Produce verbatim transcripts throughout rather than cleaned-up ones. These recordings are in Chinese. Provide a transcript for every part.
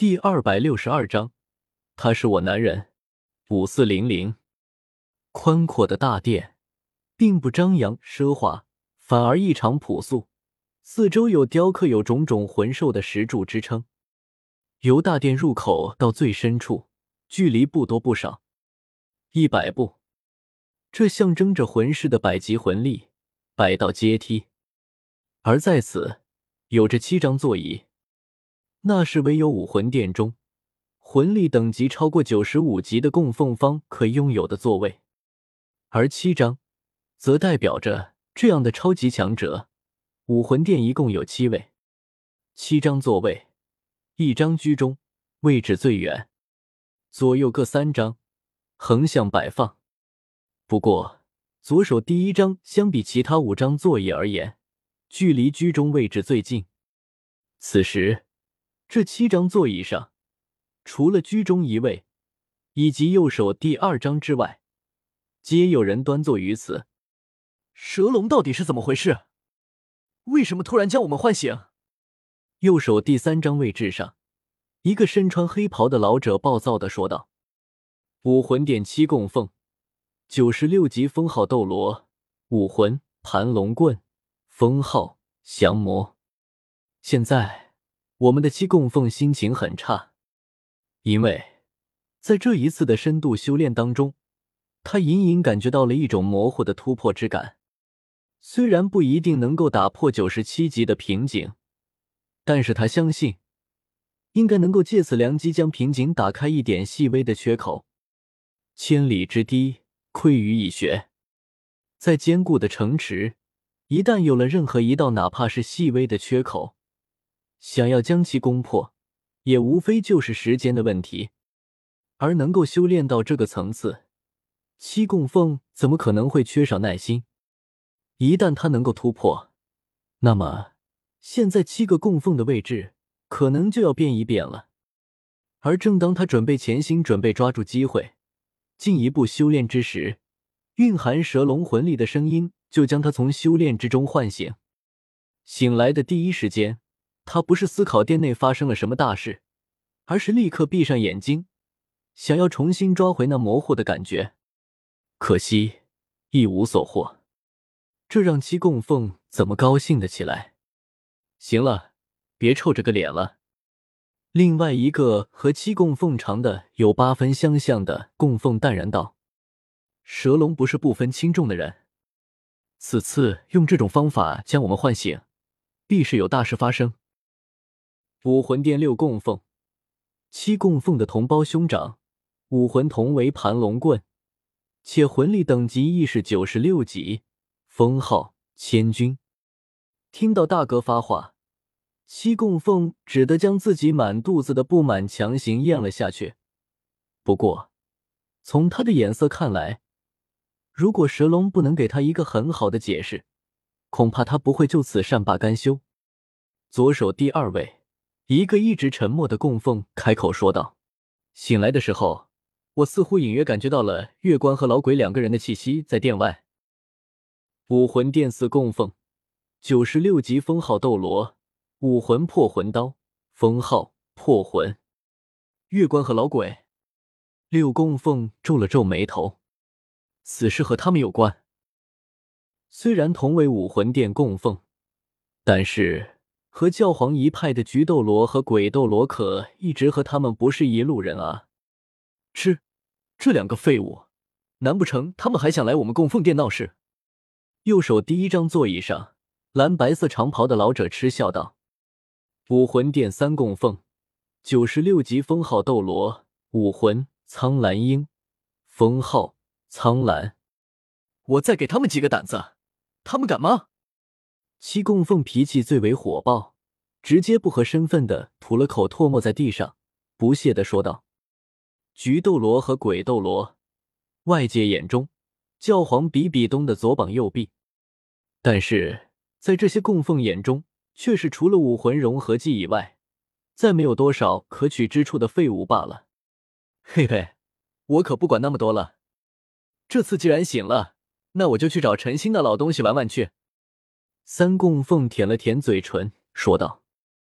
第二百六十二章，他是我男人。五四零零，宽阔的大殿并不张扬奢华，反而异常朴素，四周有雕刻有种种魂兽的石柱支撑。由大殿入口到最深处，距离不多不少，一百步。这象征着魂师的百级魂力，百道阶梯。而在此，有着七张座椅。那是唯有武魂殿中魂力等级超过九十五级的供奉方可拥有的座位，而七张则代表着这样的超级强者。武魂殿一共有七位，七张座位，一张居中，位置最远，左右各三张，横向摆放。不过左手第一张相比其他五张座椅而言，距离居中位置最近。此时这七张座椅上，除了居中一位以及右手第二张之外，皆有人端坐于此。 蛇龙到底是怎么回事？为什么突然将我们唤醒？ 右手第三张位置上，一个身穿黑袍的老者暴躁地说道：武魂殿七供奉，九十六级封号斗罗，武魂盘龙棍，封号降魔。现在我们的七供奉心情很差，因为在这一次的深度修炼当中，他隐隐感觉到了一种模糊的突破之感。虽然不一定能够打破九十七级的瓶颈，但是他相信应该能够借此良机将瓶颈打开一点细微的缺口。千里之堤，溃于蚁穴。在坚固的城池，一旦有了任何一道哪怕是细微的缺口，想要将其攻破，也无非就是时间的问题。而能够修炼到这个层次，七供奉怎么可能会缺少耐心？一旦他能够突破，那么现在七个供奉的位置可能就要变一变了。而正当他准备潜心，准备抓住机会进一步修炼之时，蕴含蛇龙魂力的声音就将他从修炼之中唤醒。醒来的第一时间，他不是思考殿内发生了什么大事，而是立刻闭上眼睛，想要重新抓回那模糊的感觉。可惜一无所获，这让七供奉怎么高兴得起来？行了，别臭着个脸了。另外一个和七供奉长得有八分相像的供奉淡然道：蛇龙不是不分轻重的人，此次用这种方法将我们唤醒，必是有大事发生。武魂殿六供奉，七供奉的同胞兄长，武魂同为盘龙棍，且魂力等级亦是九十六级，封号千钧。听到大哥发话，七供奉只得将自己满肚子的不满强行咽了下去。不过从他的眼色看来，如果蛇龙不能给他一个很好的解释，恐怕他不会就此善罢甘休。左手第二位，一个一直沉默的供奉开口说道：醒来的时候，我似乎隐约感觉到了月关和老鬼两个人的气息在殿外。武魂殿四供奉，九十六级封号斗罗，武魂破魂刀，封号破魂。月关和老鬼，六供奉皱了皱眉头，此事和他们有关。虽然同为武魂殿供奉，但是和教皇一派的菊斗罗和鬼斗罗可一直和他们不是一路人啊。 这这两个废物，难不成他们还想来我们供奉殿闹事？ 右手第一张座椅上，蓝白色长袍的老者嗤笑道：武魂殿三供奉，九十六级封号斗罗，武魂苍蓝鹰，封号苍蓝。 我再给他们几个胆子，他们敢吗？ 七供奉脾气最为火爆，直接不合身份的吐了口唾沫在地上，不屑地说道：菊斗罗和鬼斗罗，外界眼中教皇比比东的左膀右臂，但是在这些供奉眼中，却是除了武魂融合技以外，再没有多少可取之处的废物罢了。 嘿嘿，我可不管那么多了。这次既然醒了，那我就去找陈星那老东西玩玩去。 三供奉舔了舔嘴唇，说道。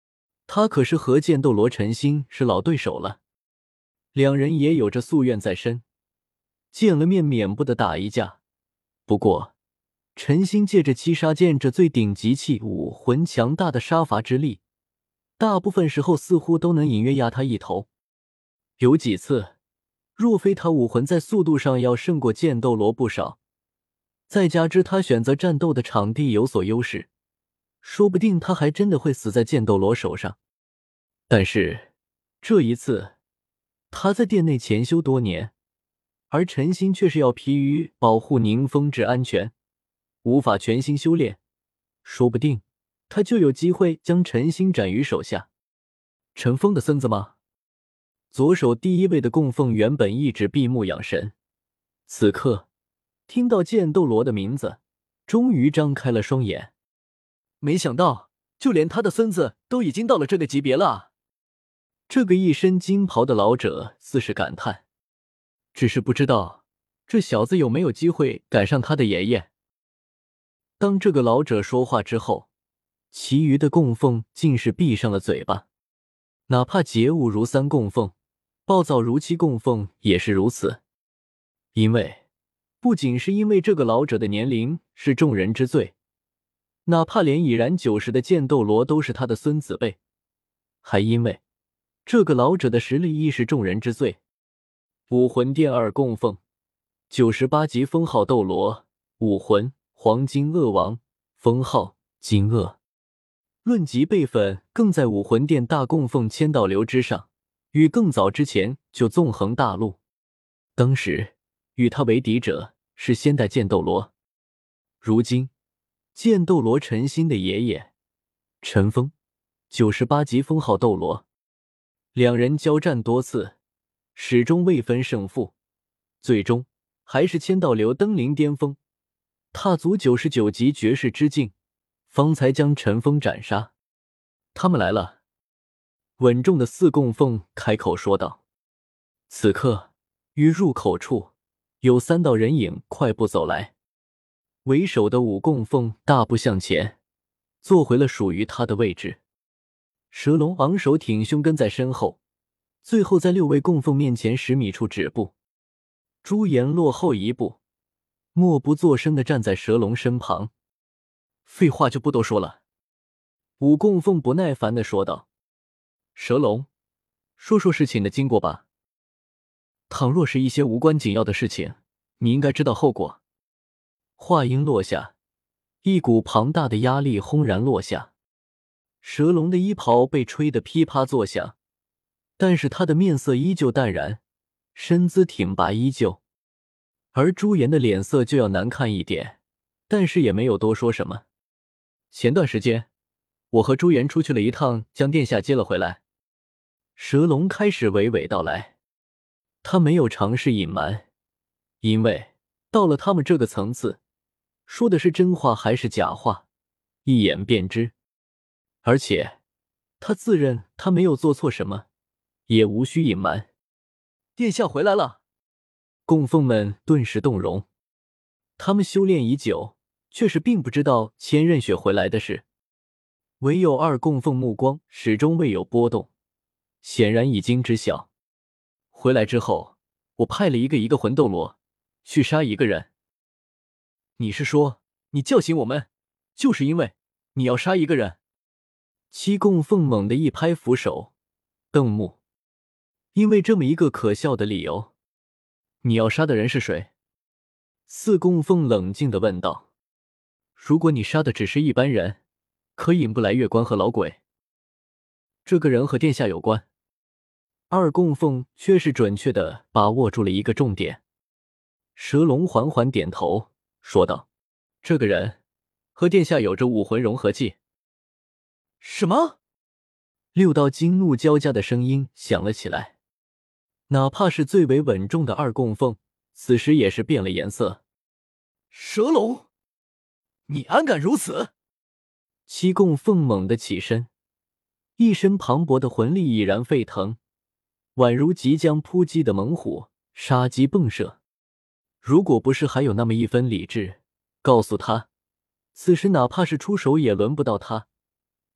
他可是和剑斗罗陈星是老对手了，两人也有着夙愿在身，见了面免不得打一架。不过陈星借着七杀剑这最顶级器武魂强大的杀伐之力，大部分时候似乎都能隐约压他一头。有几次，若非他武魂在速度上要胜过剑斗罗不少，再加之他选择战斗的场地有所优势，说不定他还真的会死在剑斗罗手上。但是这一次，他在殿内潜修多年，而陈星却是要疲于保护宁风致安全，无法全心修炼，说不定他就有机会将陈星斩于手下。陈峰的孙子吗？左手第一位的供奉原本一直闭目养神，此刻听到剑斗罗的名字，终于张开了双眼。没想到就连他的孙子都已经到了这个级别了啊！这个一身金袍的老者似是感叹，只是不知道这小子有没有机会赶上他的爷爷。当这个老者说话之后，其余的供奉竟是闭上了嘴巴。哪怕桀骜如三供奉，暴躁如七供奉也是如此。因为不仅是因为这个老者的年龄是众人之最，哪怕连已然九十的剑斗罗都是他的孙子辈，还因为这个老者的实力亦是众人之最。武魂殿二供奉九十八级封号斗罗，武魂黄金鳄王，封号金鳄。论级辈分更在武魂殿大供奉千道流之上，与更早之前就纵横大陆。当时与他为敌者是先代剑斗罗，如今剑斗罗陈星的爷爷陈峰九十八级封号斗罗，两人交战多次，始终未分胜负，最终还是千道流登临巅峰，踏足九十九级绝世之境，方才将陈峰斩杀。他们来了。稳重的四供奉开口说道。此刻于入口处有三道人影快步走来，为首的五供奉大步向前，坐回了属于他的位置。蛇龙昂首挺胸跟在身后，最后在六位供奉面前十米处止步。朱颜落后一步，默不作声地站在蛇龙身旁。废话就不多说了。五供奉不耐烦地说道。蛇龙，说说事情的经过吧。倘若是一些无关紧要的事情，你应该知道后果。话音落下，一股庞大的压力轰然落下。蛇龙的衣袍被吹得噼啪作响，但是他的面色依旧淡然，身姿挺拔依旧。而朱颜的脸色就要难看一点，但是也没有多说什么。前段时间，我和朱颜出去了一趟，将殿下接了回来。蛇龙开始娓娓道来。他没有尝试隐瞒，因为到了他们这个层次，说的是真话还是假话，一眼便知。而且他自认他没有做错什么，也无需隐瞒。殿下回来了。供奉们顿时动容，他们修炼已久，却是并不知道千仞雪回来的事。唯有二供奉目光始终未有波动，显然已经知晓。回来之后，我派了一个一个魂斗罗去杀一个人。你是说你叫醒我们，就是因为你要杀一个人？七供奉猛地一拍扶手，瞪目。因为这么一个可笑的理由？你要杀的人是谁？四供奉冷静地问道。如果你杀的只是一般人，可引不来月关和老鬼。这个人和殿下有关。二供奉却是准确地把握住了一个重点。蛇龙缓缓点头，说道：这个人和殿下有着武魂融合技。什么？六道惊怒交加的声音响了起来。哪怕是最为稳重的二供奉，此时也是变了颜色。蛇龙，你安敢如此？七供奉猛地起身，一身磅礴的魂力已然沸腾，宛如即将扑击的猛虎，杀机迸射。如果不是还有那么一分理智，告诉他，此时哪怕是出手也轮不到他，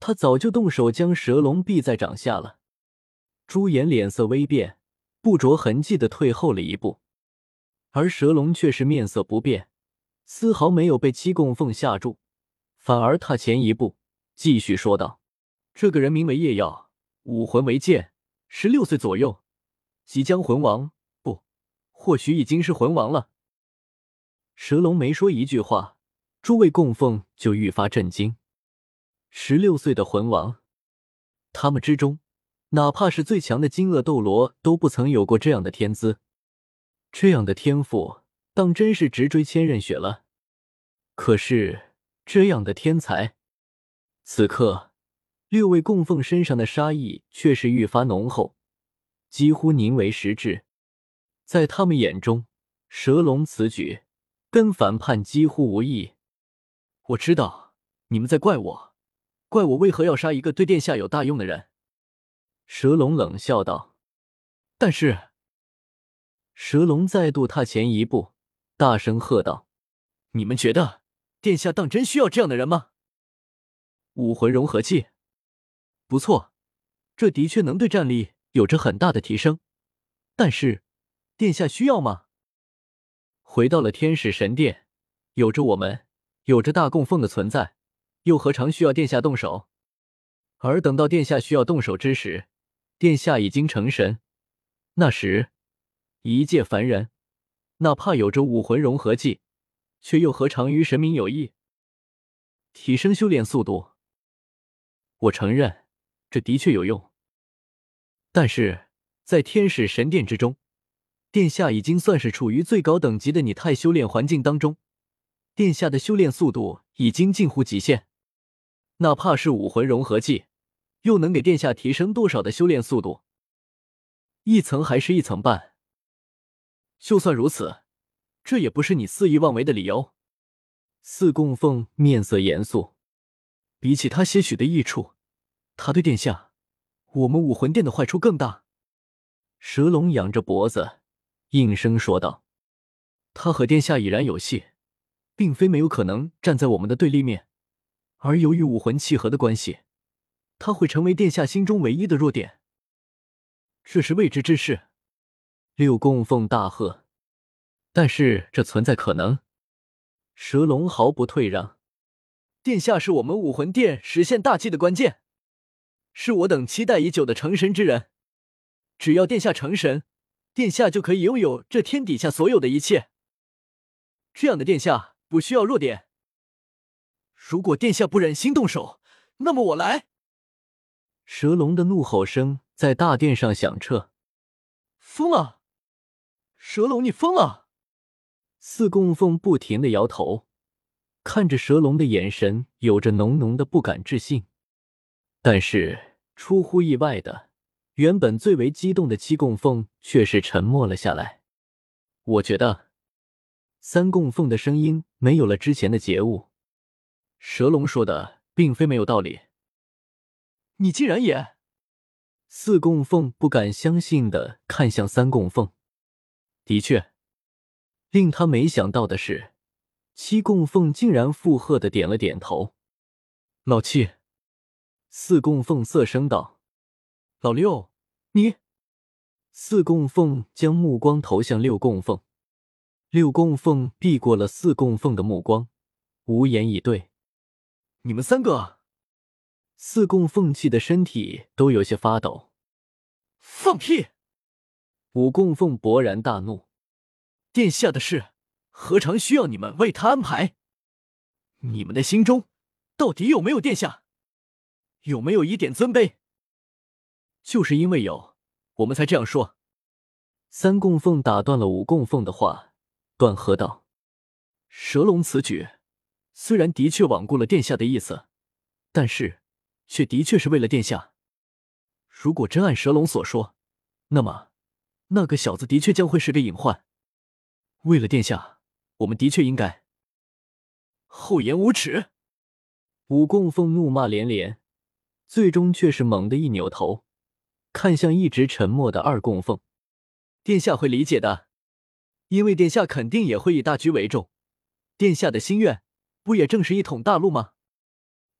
他早就动手将蛇龙毙在掌下了。朱颜脸色微变，不着痕迹地退后了一步，而蛇龙却是面色不变，丝毫没有被七供奉吓住，反而踏前一步，继续说道：“这个人名为叶耀，武魂为剑，十六岁左右，即将魂王，不，或许已经是魂王了。”蛇龙没说一句话，诸位供奉就愈发震惊。十六岁的魂王，他们之中哪怕是最强的金鳄斗罗都不曾有过这样的天资，这样的天赋当真是直追千仞雪了。可是这样的天才，此刻六位供奉身上的杀意却是愈发浓厚，几乎凝为实质。在他们眼中，蛇龙此举跟反叛几乎无异。我知道你们在怪我，怪我为何要杀一个对殿下有大用的人。蛇龙冷笑道。但是，蛇龙再度踏前一步，大声喝道：“你们觉得殿下当真需要这样的人吗？武魂融合器，不错，这的确能对战力有着很大的提升。但是，殿下需要吗？回到了天使神殿，有着我们，有着大供奉的存在，又何尝需要殿下动手？而等到殿下需要动手之时，殿下已经成神，那时一介凡人，哪怕有着武魂融合技，却又何尝与神明有异？提升修炼速度，我承认这的确有用，但是在天使神殿之中，殿下已经算是处于最高等级的拟态修炼环境当中，殿下的修炼速度已经近乎极限，哪怕是武魂融合技，又能给殿下提升多少的修炼速度？一层还是一层半？就算如此，这也不是你肆意妄为的理由。四供奉面色严肃，比起他些许的益处，他对殿下，我们武魂殿的坏处更大。蛇龙仰着脖子，应声说道：“他和殿下已然有隙，并非没有可能站在我们的对立面，而由于武魂契合的关系，他会成为殿下心中唯一的弱点。这是未知之事。”六供奉大喝：“但是这存在可能。”蛇龙毫不退让：“殿下是我们武魂殿实现大计的关键，是我等期待已久的成神之人。只要殿下成神，殿下就可以拥有这天底下所有的一切。这样的殿下不需要弱点。如果殿下不忍心动手，那么我来。”蛇龙的怒吼声在大殿上响彻。疯了！蛇龙，你疯了！四供奉不停地摇头，看着蛇龙的眼神有着浓浓的不敢置信。但是出乎意外的，原本最为激动的七供奉却是沉默了下来。我觉得，三供奉的声音没有了之前的觉悟。蛇龙说的并非没有道理。你竟然也……四供奉不敢相信地看向三供奉。的确。令他没想到的是，七供奉竟然附和的点了点头。老七，四供奉色声道：“老六，你……”四供奉将目光投向六供奉，六供奉避过了四供奉的目光，无言以对。你们三个！四供奉气的身体都有些发抖。放屁！五供奉勃然大怒。殿下的事，何尝需要你们为他安排？你们的心中，到底有没有殿下？有没有一点尊卑？就是因为有，我们才这样说。三供奉打断了五供奉的话，断喝道：“蛇龙此举，虽然的确罔顾了殿下的意思，但是，却的确是为了殿下。如果真按蛇龙所说，那么，那个小子的确将会是个隐患。为了殿下，我们的确应该……”厚颜无耻！五供奉怒骂连连，最终却是猛地一扭头，看向一直沉默的二供奉。殿下会理解的，因为殿下肯定也会以大局为重。殿下的心愿，不也正是一统大陆吗？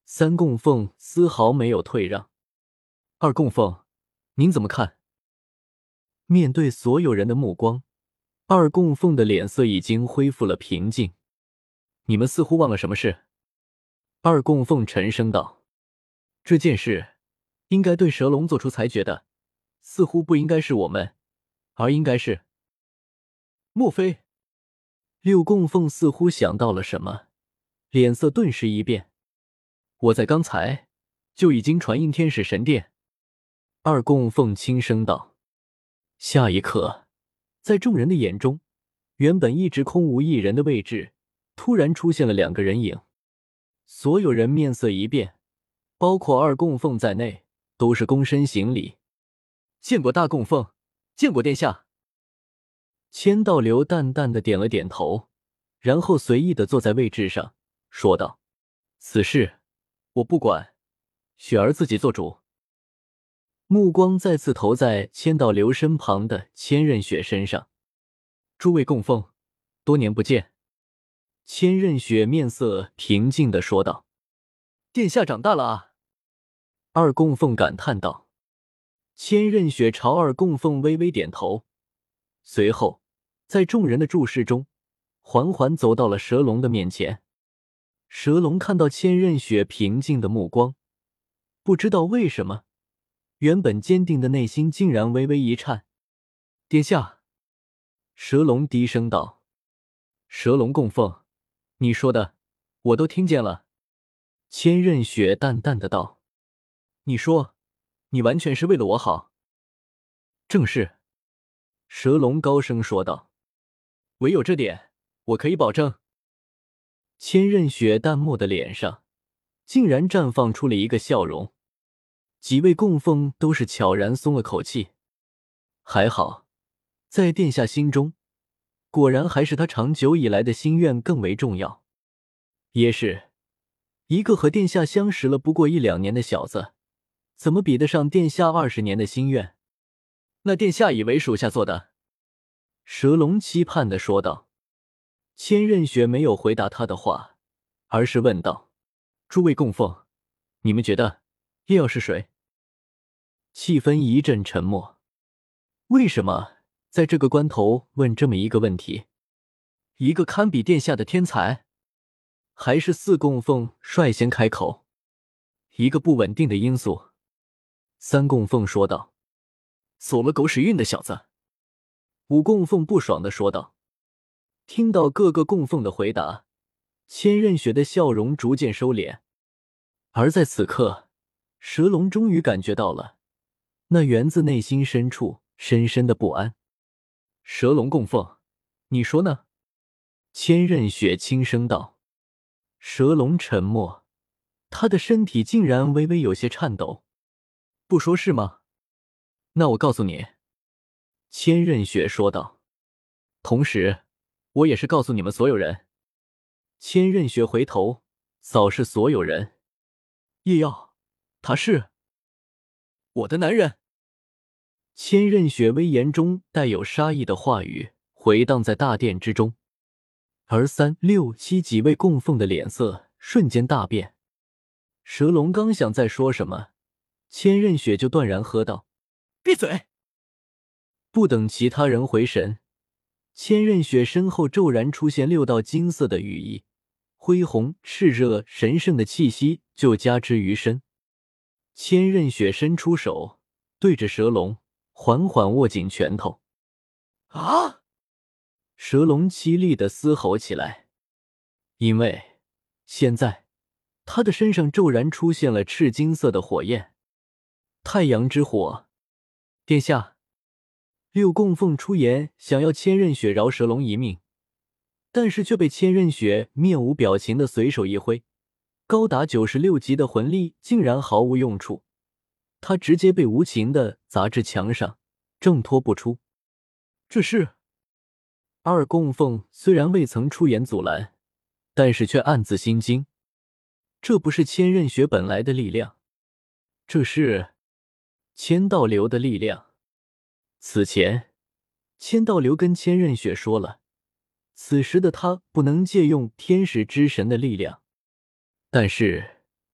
三供奉丝毫没有退让。 二供奉，您怎么看？ 面对所有人的目光，二供奉的脸色已经恢复了平静。 你们似乎忘了什么事。 二供奉沉声道： 这件事应该对蛇龙做出裁决的，似乎不应该是我们，而应该是……莫非…… 六供奉似乎想到了什么，脸色顿时一变。 我在刚才就已经传印天使神殿。 二供奉轻声道。下一刻，在众人的眼中，原本一直空无一人的位置突然出现了两个人影。所有人面色一变，包括二供奉在内，都是躬身行礼。 见过大供奉，见过殿下。 千道流淡淡的点了点头，然后随意的坐在位置上，说道： 此事我不管，雪儿自己做主。 目光再次投在千道流身旁的千仞雪身上。 诸位供奉，多年不见。 千仞雪面色平静地说道： 殿下长大了啊。 二供奉感叹道。千仞雪朝二供奉微微点头，随后在众人的注视中缓缓走到了蛇龙的面前。蛇龙看到千仞雪平静的目光，不知道为什么原本坚定的内心竟然微微一颤。 殿下， 蛇龙低声道。 蛇龙供奉，你说的我都听见了。 千仞雪淡淡的道。 你说你完全是为了我好。正是。 蛇龙高声说道。 唯有这点我可以保证。 千仞雪淡漠的脸上竟然绽放出了一个笑容。几位供奉都是悄然松了口气。还好，在殿下心中，果然还是他长久以来的心愿更为重要。也是，一个和殿下相识了不过一两年的小子，怎么比得上殿下二十年的心愿？ 那殿下以为属下做的？ 蛇龙期盼地说道。千仞雪没有回答他的话，而是问道： 诸位供奉，你们觉得叶耀是谁？ 气氛一阵沉默。为什么在这个关头问这么一个问题？ 一个堪比殿下的天才？ 还是四供奉率先开口？ 一个不稳定的因素。 三供奉说道。 走了狗屎运的小子。 五供奉不爽地说道。听到各个供奉的回答，千仞雪的笑容逐渐收敛。而在此刻，蛇龙终于感觉到了那源自内心深处深深的不安。 蛇龙供奉，你说呢？ 千仞雪轻声道。蛇龙沉默，他的身体竟然微微有些颤抖。 不说是吗？那我告诉你。 千仞雪说道。 同时我也是告诉你们所有人。 千仞雪回头扫视所有人。 叶耀，他是我的男人。 千仞雪威严中带有杀意的话语回荡在大殿之中，而三六七几位供奉的脸色瞬间大变。蛇龙刚想再说什么，千仞雪就断然喝道： 闭嘴！ 不等其他人回神，千仞雪身后骤然出现六道金色的羽翼，恢宏、炽热、神圣的气息就加之于身。千仞雪伸出手，对着蛇龙缓缓握紧拳头。 啊！ 蛇龙凄厉地嘶吼起来，因为现在他的身上骤然出现了赤金色的火焰，太阳之火。 殿下， 六供奉出言想要千仞雪饶蛇龙一命，但是却被千仞雪面无表情的随手一挥，高达九十六级的魂力竟然毫无用处，他直接被无情的砸至墙上，挣脱不出。 这是…… 二供奉虽然未曾出言阻拦，但是却暗自心惊。这不是千仞雪本来的力量，这是千道流的力量。此前，千道流跟千仞雪说了，此时的他不能借用天使之神的力量，但是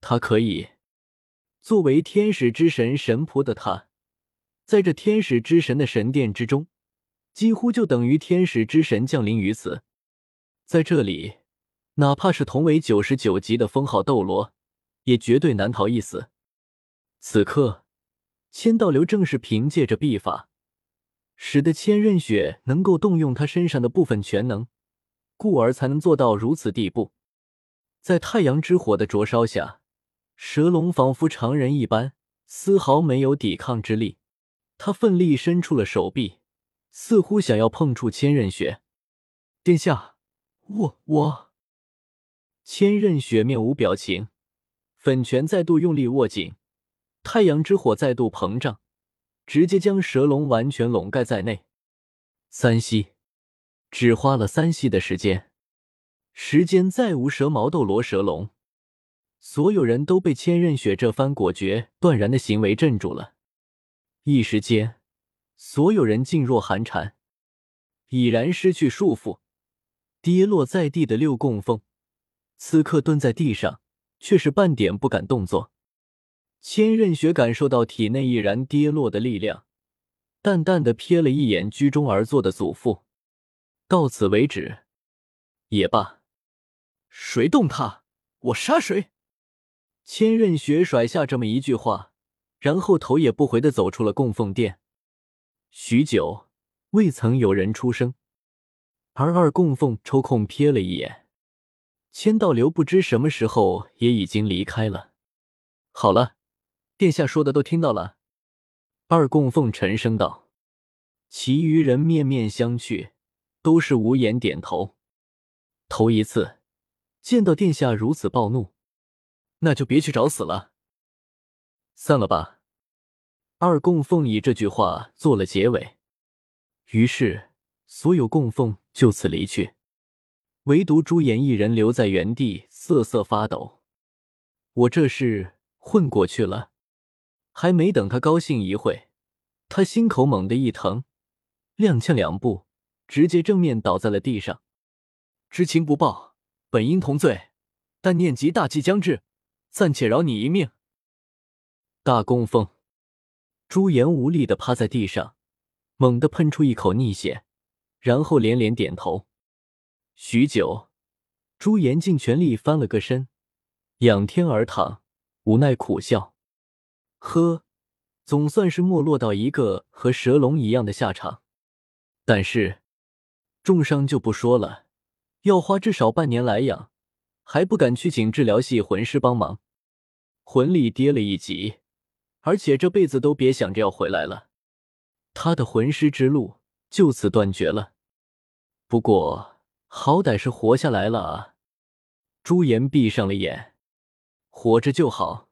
他可以。作为天使之神神仆的他，在这天使之神的神殿之中，几乎就等于天使之神降临于此。在这里，哪怕是同为九十九级的封号斗罗，也绝对难逃一死。此刻，千道流正是凭借着秘法，使得千仞雪能够动用他身上的部分全能，故而才能做到如此地步。在太阳之火的灼烧下，蛇龙仿佛常人一般，丝毫没有抵抗之力。他奋力伸出了手臂，似乎想要碰触千仞雪。殿下，我我……千仞雪面无表情，粉拳再度用力握紧，太阳之火再度膨胀，直接将蛇龙完全笼盖在内。三息，只花了三息的时间，时间再无蛇矛斗罗蛇龙。所有人都被千仞雪这番果决断然的行为镇住了。一时间，所有人噤若寒蝉，已然失去束缚，跌落在地的六供奉此刻蹲在地上，却是半点不敢动作。千仞雪感受到体内毅然跌落的力量，淡淡的瞥了一眼居中而坐的祖父，到此为止。也罢，谁动他，我杀谁。千仞雪甩下这么一句话，然后头也不回地走出了供奉殿。许久，未曾有人出声，而二供奉抽空瞥了一眼，千道流不知什么时候也已经离开了。好了，殿下说的都听到了。二供奉沉声道。其余人面面相觑，都是无言点头。头一次见到殿下如此暴怒，那就别去找死了。散了吧。二供奉以这句话做了结尾，于是所有供奉就此离去，唯独朱颜一人留在原地瑟瑟发抖。我这是混过去了。还没等他高兴一会，他心口猛地一疼，踉跄两步，直接正面倒在了地上。知情不报，本应同罪，但念及大计将至，暂且饶你一命。大供奉朱颜无力地趴在地上，猛地喷出一口逆血，然后连连点头。许久，朱颜尽全力翻了个身，仰天而躺，无奈苦笑。呵，总算是没落到一个和蛇龙一样的下场。但是重伤就不说了，要花至少半年来养，还不敢去请治疗系魂师帮忙，魂力跌了一级，而且这辈子都别想着要回来了。他的魂师之路就此断绝了。不过好歹是活下来了啊。朱颜闭上了眼，活着就好。